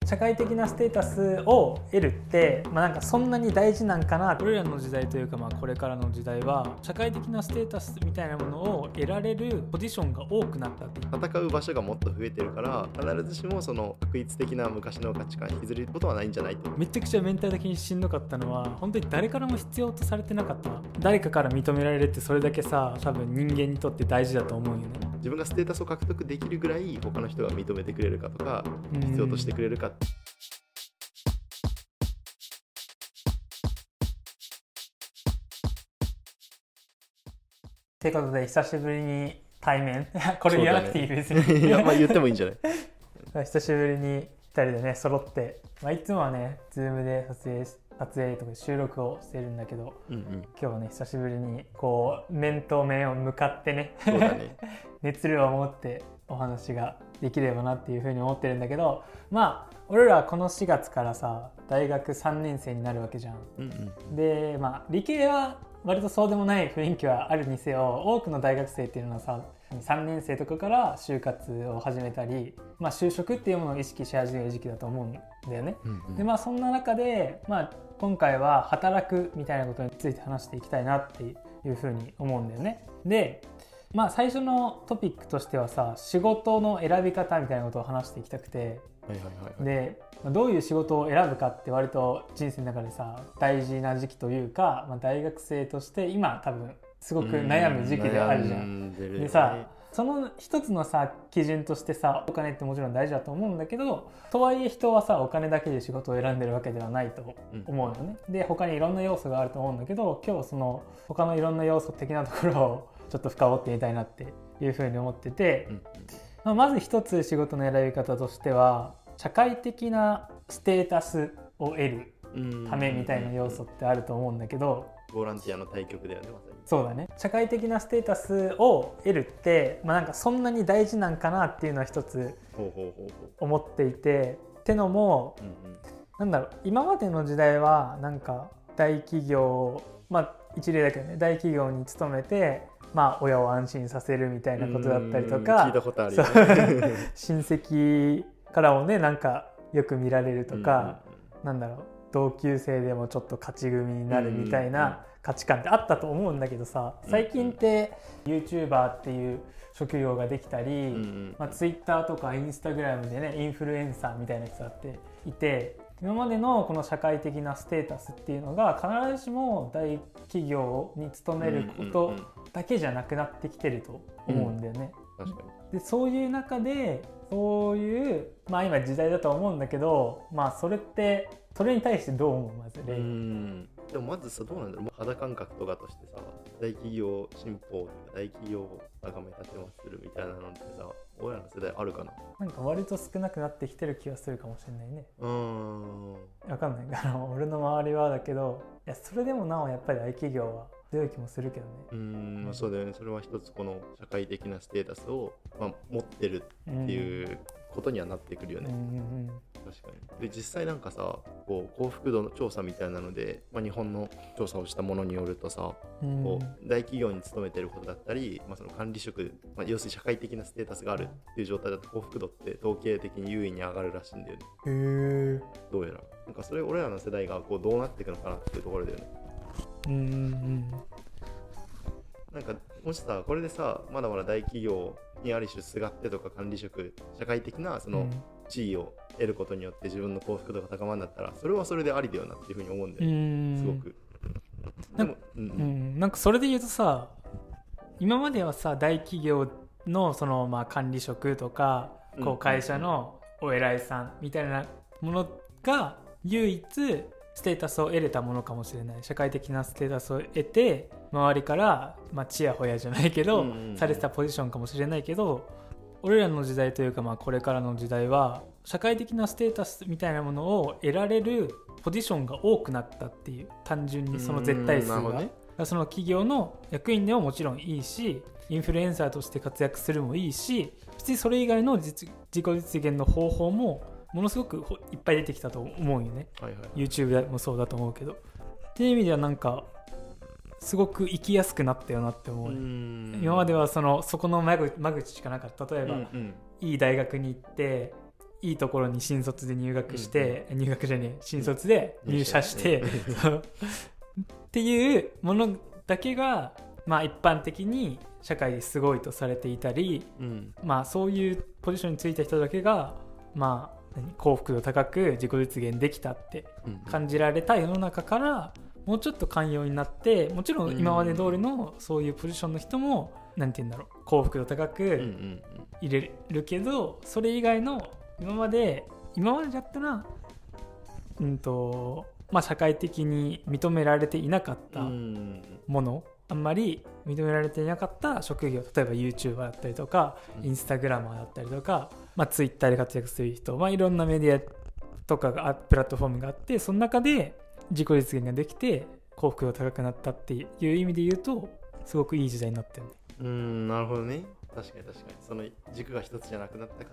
社会的なステータスを得るって、なんかそんなに大事なんかな。俺らの時代というか、これからの時代は社会的なステータスみたいなものを得られるポジションが多くなったっていう。 戦う場所がもっと増えてるから、必ずしもその確一的な昔の価値観に引きずることはないんじゃないと。 めちゃくちゃメンタル的にしんどかったのは、本当に誰からも必要とされてなかった。誰かから認められるってそれだけさ、多分人間にとって大事だと思うよね。 自分がステータスを獲得できるぐらい他の人が認めてくれるかとか、必要としてくれるか。 ということで久しぶりに対面これ言わなくていいですね。 いや、言ってもいいんじゃない久しぶりに2人でね揃って、いつもはね Zoom で撮影とか収録をしてるんだけど、今日はね久しぶりにこう面と面を向かってね、 そうだね熱量を持ってお話ができればなっていうふうに思ってるんだけど、俺らはこの4月からさ大学3年生になるわけじゃん。で理系は割とそうでもない雰囲気はあるにせよ、多くの大学生っていうのはさ3年生とかから就活を始めたり、就職っていうものを意識し始める時期だと思うんだよね。でそんな中で、今回は働くみたいなことについて話していきたいなっていうふうに思うんだよね。で最初のトピックとしてはさ、仕事の選び方みたいなことを話していきたくて、でどういう仕事を選ぶかって割と人生の中でさ大事な時期というか、大学生として今多分すごく悩む時期であるじゃん。でさ、その一つのさ基準としてさお金ってもちろん大事だと思うんだけど、とはいえ人はさお金だけで仕事を選んでるわけではないと思うのね。で他にいろんな要素があると思うんだけど、今日その他のいろんな要素的なところをちょっと深掘ってみたいなっていうふうに思ってて、まず一つ仕事の選び方としては社会的なステータスを得るためみたいな要素ってあると思うんだけど、 ボランティアの対極だよね、まさに。 そうだね。社会的なステータスを得るって、なんかそんなに大事なんかなっていうのは一つ思っていて、ってのも、なんだろう、今までの時代はなんか大企業、一例だけどね、大企業に勤めて親を安心させるみたいなことだったりとか、 聞いたことあるよね親戚からもねなんかよく見られるとか、なんだろう、同級生でもちょっと勝ち組になるみたいな価値観ってあったと思うんだけどさ、最近って YouTuber っていう職業ができたり、Twitter とか Instagram でねインフルエンサーみたいな人だっていて、今までのこの社会的なステータスっていうのが必ずしも大企業に勤めることだけじゃなくなってきてると思うんだよね。 確かに。 でそういう中でそういう今時代だと思うんだけど、それってそれに対してどう思う？まず例でもまずさ、どうなんだろう、肌感覚とかとしてさ、大企業新報とか大企業を眺め立てまするみたいなのってさ、親の世代あるかな？ なんか割と少なくなってきてる気がするかもしれないね。わかんない。俺の周りはだけど、いやそれでもなおやっぱり大企業は強い気もするけどね。 そうだよね。それは一つこの社会的なステータスを、持ってるっていうことにはなってくるよね。確かに。で実際なんかさ、こう幸福度の調査みたいなので、日本の調査をしたものによるとさ、こう大企業に勤めてることだったり、その管理職、要するに社会的なステータスがあるっていう状態だと幸福度って統計的に優位に上がるらしいんだよね。どうやらなんかそれ俺らの世代がこうどうなっていくのかなっていうところだよね。なんかもしさ、これでさ、まだまだ大企業にある種すがってとか管理職、社会的なその地位を得ることによって自分の幸福度が高まるんだったら、それはそれでありだよなっていうふうに思うんだよね。すごく。 なんかそれで言うとさ、今まではさ大企業のその管理職とかこう会社のお偉いさんみたいなものが唯一ステータスを得れたものかもしれない。社会的なステータスを得て周りからちやほやじゃないけどされてたポジションかもしれないけど、俺らの時代というかこれからの時代は社会的なステータスみたいなものを得られるポジションが多くなったっていう、単純にその絶対数が、その企業の役員でももちろんいいし、インフルエンサーとして活躍するもいいし、別にそれ以外の自己実現の方法もものすごくいっぱい出てきたと思うよね。YouTube もそうだと思うけど、っていう意味ではなんかすごく生きやすくなったよなって思う。今まではそこの間口しかなかった。例えば、いい大学に行っていいところに新卒で入学して、入学じゃねえ新卒で入社して、っていうものだけが、まあ、一般的に社会ですごいとされていたり、まあ、そういうポジションについた人だけが、まあ、幸福度高く自己実現できたって感じられた世の中から、もうちょっと寛容になって、もちろん今まで通りのそういうポジションの人もなんて言うんだろう、幸福度高く入れるけど、それ以外の今までだったらまあ、社会的に認められていなかったもの、あんまり認められていなかった職業、例えば YouTuber だったりとか、Instagramer だったりとか、まあ、Twitter で活躍する人、まあ、いろんなメディアとかがプラットフォームがあって、その中で自己実現ができて幸福度が高くなったっていう意味で言うと、すごくいい時代になってるね。 なるほどね。確かにその軸が一つじゃなくなったから、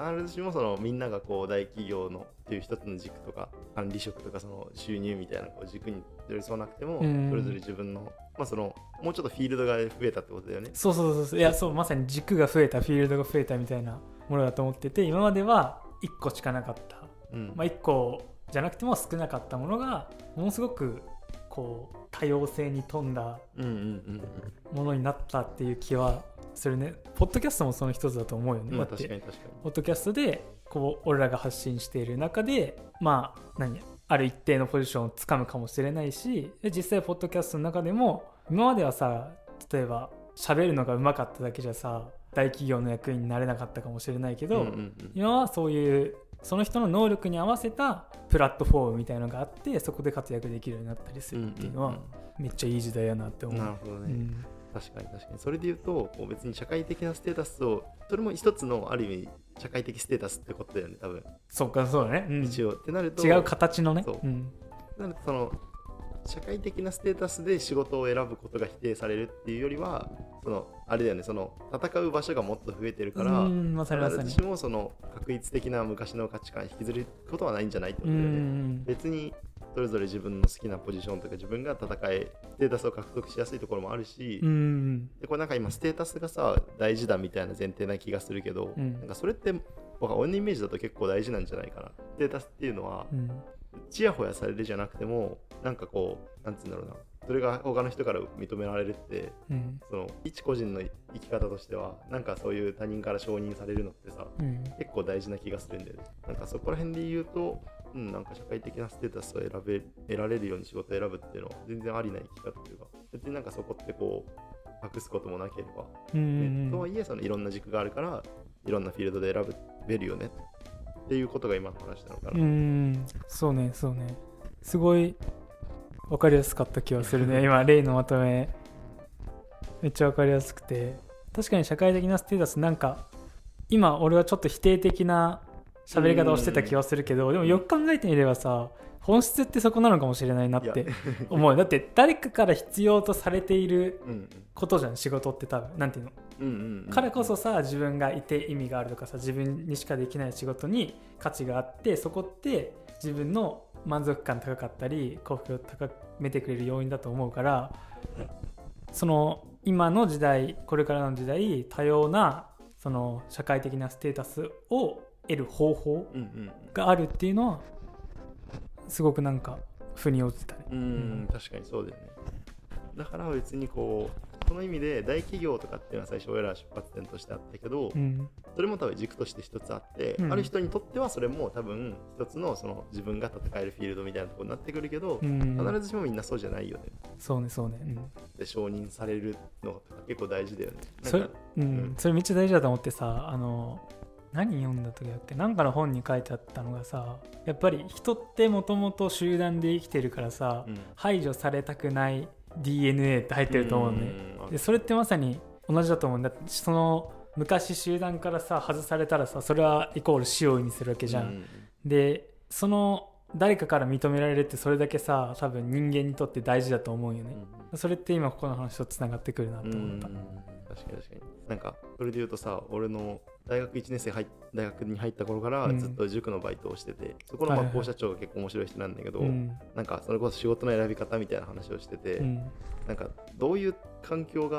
必ずしもそのみんながこう大企業のっていう一つの軸とか管理職とかその収入みたいなこう軸に寄り添わなくても、それぞれ自分の、まあ、そのもうちょっとフィールドが増えたってことだよね。 そういや、そう、まさに軸が増えた、フィールドが増えたみたいなものだと思ってて、今までは1個しかなかった、まあ、1個じゃなくても少なかったものがものすごくこう多様性に富んだものになったっていう気はするね。ポッドキャストもその一つだと思うよね。 まあ、確かにポッドキャストでこう俺らが発信している中で、まあある一定のポジションをつかむかもしれないし、実際ポッドキャストの中でも今まではさ、例えば喋るのが上手かっただけじゃさ大企業の役員になれなかったかもしれないけど、今はそういうその人の能力に合わせたプラットフォームみたいなのがあって、そこで活躍できるようになったりするっていうのはめっちゃいい時代やなって思う。 なるほどね、確かにそれで言うとこう別に社会的なステータスを、それも一つのある意味社会的ステータスってことだよね、多分。 そうだね、 一応ってなると違う形のね、 なるとその社会的なステータスで仕事を選ぶことが否定されるっていうよりは、そのあれだよね、その戦う場所がもっと増えてるから、必ずしもその確一的な昔の価値観を引きずることはないんじゃないってことだよね。別にそれぞれ自分の好きなポジションとか自分がステータスを獲得しやすいところもあるし、でこれなんか今ステータスがさ大事だみたいな前提な気がするけど、なんかそれって俺のイメージだと結構大事なんじゃないかな。ステータスっていうのは、ちやほやされるじゃなくても、なんかこうなんつうんだろうな、それが他の人から認められるって、その一個人の生き方としてはなんかそういう他人から承認されるのってさ、結構大事な気がするんだよね。なんかそこら辺で言うと、なんか社会的なステータスを得られるように仕事を選ぶっていうのは全然ありな生き方というか、別になんかそこってこう隠すこともなければ、とはいえそのいろんな軸があるからいろんなフィールドで選べるよねっていうことが今の話なのかな。 そうねすごい分かりやすかった気はするね今例のまとめめっちゃ分かりやすくて、確かに社会的なステータス、なんか今俺はちょっと否定的な喋り方をしてた気はするけど、でもよく考えてみればさ、本質ってそこなのかもしれないなって思う。だって誰かから必要とされていることじゃん、仕事って多分なんていうの、からこそさ自分がいて意味があるとかさ、自分にしかできない仕事に価値があって、そこって自分の満足感高かったり幸福を高めてくれる要因だと思うから、その今の時代、これからの時代、多様なその社会的なステータスを得る方法があるっていうのはすごくなんか腑に落ちたね。 確かにそうだよね。だから別にこの意味で大企業とかっていうのは最初俺ら出発点としてあったけど、それも多分軸として一つあって、ある人にとってはそれも多分一つのその自分が戦えるフィールドみたいなところになってくるけど、必ずしもみんなそうじゃないよね。 そうね、 で承認されるのが結構大事だよね。 それめっちゃ大事だと思ってさ、何読んだ時だっけ、なんかの本に書いてあったのがさ、やっぱり人ってもともと集団で生きてるからさ、排除されたくない DNA って入ってると思うね。でそれってまさに同じだと思うんだって。その昔集団からさ外されたらさ、それはイコール死を意味するわけじゃん。でその誰かから認められるってそれだけさ多分人間にとって大事だと思うよね。それって今ここの話とつながってくるなと思った。 確かになんかそれで言うとさ、俺の大学1年生大学に入った頃からずっと塾のバイトをしてて、そこの校舎長が結構面白い人なんだけど、なんかそれこそ仕事の選び方みたいな話をしてて、なんかどういう環境が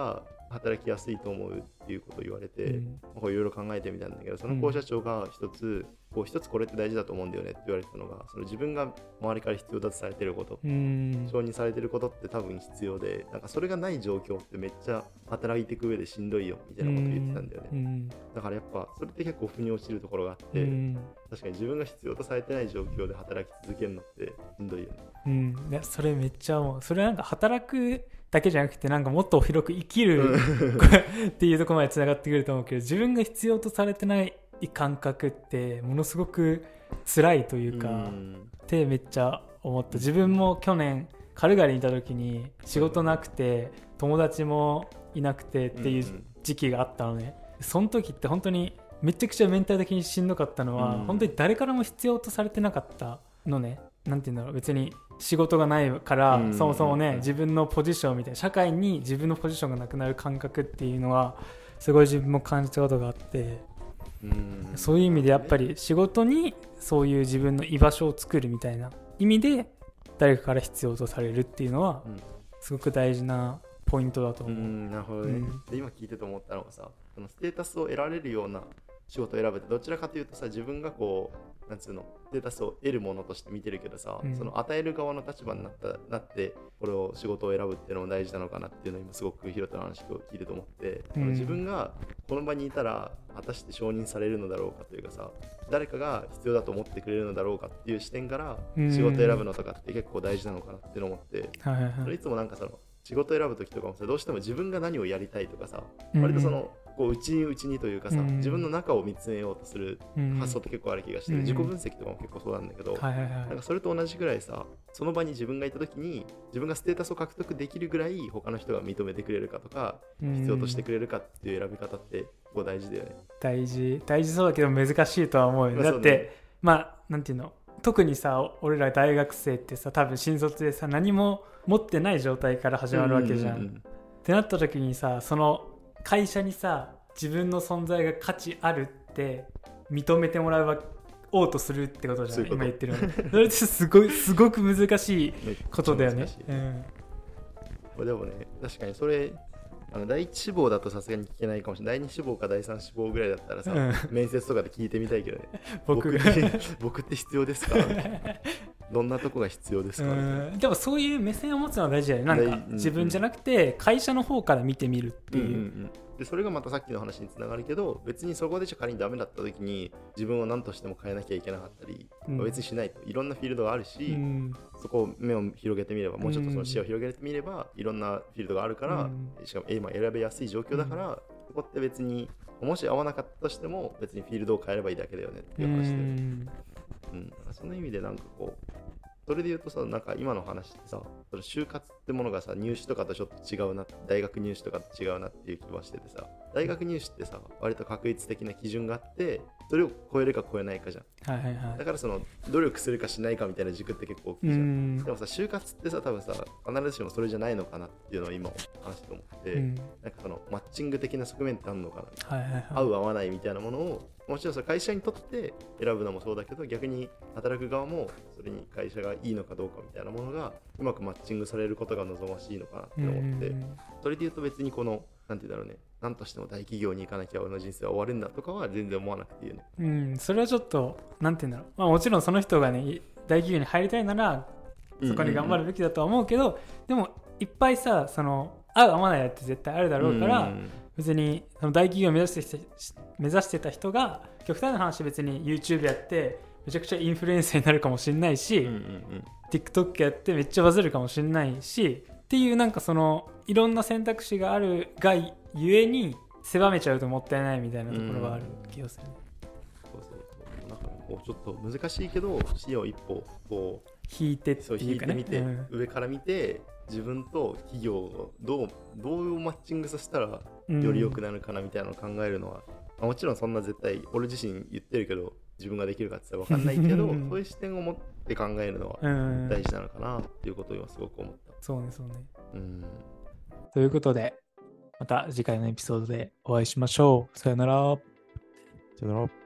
働きやすいと思うっていうことを言われて、いろいろ考えてみたんだけど、その校舎長が一つこれって大事だと思うんだよねって言われてたのが、その自分が周りから必要だとされてること、承認されてることって多分必要で、なんかそれがない状況ってめっちゃ働いていく上でしんどいよみたいなことを言ってたんだよね。だからやっぱそれって結構腑に落ちるところがあって、確かに自分が必要とされてない状況で働き続けるのってしんどいよね。 いやそれめっちゃ思う。それなんか働くだけじゃなくて、なんかもっと広く生きるっていうところまでつながってくると思うけど、自分が必要とされてない感覚ってものすごく辛いというか、ってめっちゃ思った。自分も去年カルガリーにいた時に仕事なくて友達もいなくてっていう時期があったのね。その時って本当にめちゃくちゃメンタル的にしんどかったのは、本当に誰からも必要とされてなかったのね。なんていうんだろう、別に仕事がないから、そもそもね、自分のポジションみたいな、社会に自分のポジションがなくなる感覚っていうのはすごい自分も感じたことがあって、そういう意味でやっぱり仕事にそういう自分の居場所を作るみたいな意味で誰かから必要とされるっていうのはすごく大事なポイントだと思う。 なるほどね。で今聞いてて思ったのがさ、そのステータスを得られるような仕事を選ぶってどちらかというとさ、自分がこうなんつうのステータスを得るものとして見てるけどさ、その与える側の立場になってこれを仕事を選ぶっていうのも大事なのかなっていうのを今すごくヒロトの話を聞いてと思って、自分がこの場にいたら果たして承認されるのだろうかというかさ、誰かが必要だと思ってくれるのだろうかっていう視点から仕事を選ぶのとかって結構大事なのかなっていうのを思って、それいつもなんかその仕事を選ぶ時とかもさ、どうしても自分が何をやりたいとかさ、割とそのこう内にというかさ、自分の中を見つめようとする発想って結構ある気がして、自己分析とかも結構そうなんだけど、なんかそれと同じぐらいさ、その場に自分がいた時に自分がステータスを獲得できるぐらい他の人が認めてくれるかとか、必要としてくれるかっていう選び方って結構大事だよね。 大事そうだけど難しいとは思うよ。だってなんていうの、特にさ俺ら大学生ってさ、多分新卒でさ何も持ってない状態から始まるわけじゃん、ってなった時にさ、その会社にさ自分の存在が価値あるって認めてもらおうとするってことじゃん、今言ってるのそれってすごく難しいことだよね。 でもね、確かにそれ第一志望だとさすがに聞けないかもしれない。第二志望か第三志望ぐらいだったらさ、面接とかで聞いてみたいけどね僕って必要ですかどんなとこが必要ですか、 でもそういう目線を持つのは大事だよね。なんか自分じゃなくて会社の方から見てみるっていう、 でそれがまたさっきの話につながるけど、別にそこで仮にダメだった時に自分を何としても変えなきゃいけなかったり、別にしないといろんなフィールドがあるし、そこを目を広げてみれば、もうちょっとその視野を広げてみれば、いろんなフィールドがあるから、しかも今選べやすい状況だから、そこって別にもし合わなかったとしても別にフィールドを変えればいいだけだよねっていう話で、その意味でなんかこうそれで言うとさ、なんか今の話ってさ、その就活ってものがさ、入試とかとちょっと違うな、大学入試とかと違うなっていう気はしててさ、大学入試ってさ、割と確率的な基準があって、それを超えるか超えないかじゃん。だからその努力するかしないかみたいな軸って結構大きいじゃん。でもさ、就活ってさ、多分さ、必ずしもそれじゃないのかなっていうのを今話して思って、なんかそのマッチング的な側面ってあるのかな、合う合わないみたいなものを、もちろんそれ会社にとって選ぶのもそうだけど、逆に働く側もそれに会社がいいのかどうかみたいなものがうまくマッチングされることが望ましいのかなって思って、それで言うと別にこのなんて言うんだろうね、何としても大企業に行かなきゃ俺の人生は終わるんだとかは全然思わなくていいよね。 それはちょっとなんて言うんだろう、もちろんその人がね大企業に入りたいならそこに頑張るべきだとは思うけど、でもいっぱいさ、その合う合わないって絶対あるだろうから、別にその大企業を目指してた人が極端な話、別に YouTube やってめちゃくちゃインフルエンサーになるかもしれないし、TikTok やってめっちゃバズるかもしれないしっていう、なんかそのいろんな選択肢があるがゆえに狭めちゃうともったいないみたいなところがある気がする、 そうだからこうちょっと難しいけど視野を一歩こう引いてっていうかね、 引いてみて、上から見て自分と企業をどうマッチングさせたらより良くなるかなみたいなのを考えるのは、もちろんそんな絶対俺自身言ってるけど自分ができるかって言ったら分かんないけどそういう視点を持って考えるのは大事なのかなっていうことを今すごく思った。 そうね。ということでまた次回のエピソードでお会いしましょう。さよなら。 さよなら。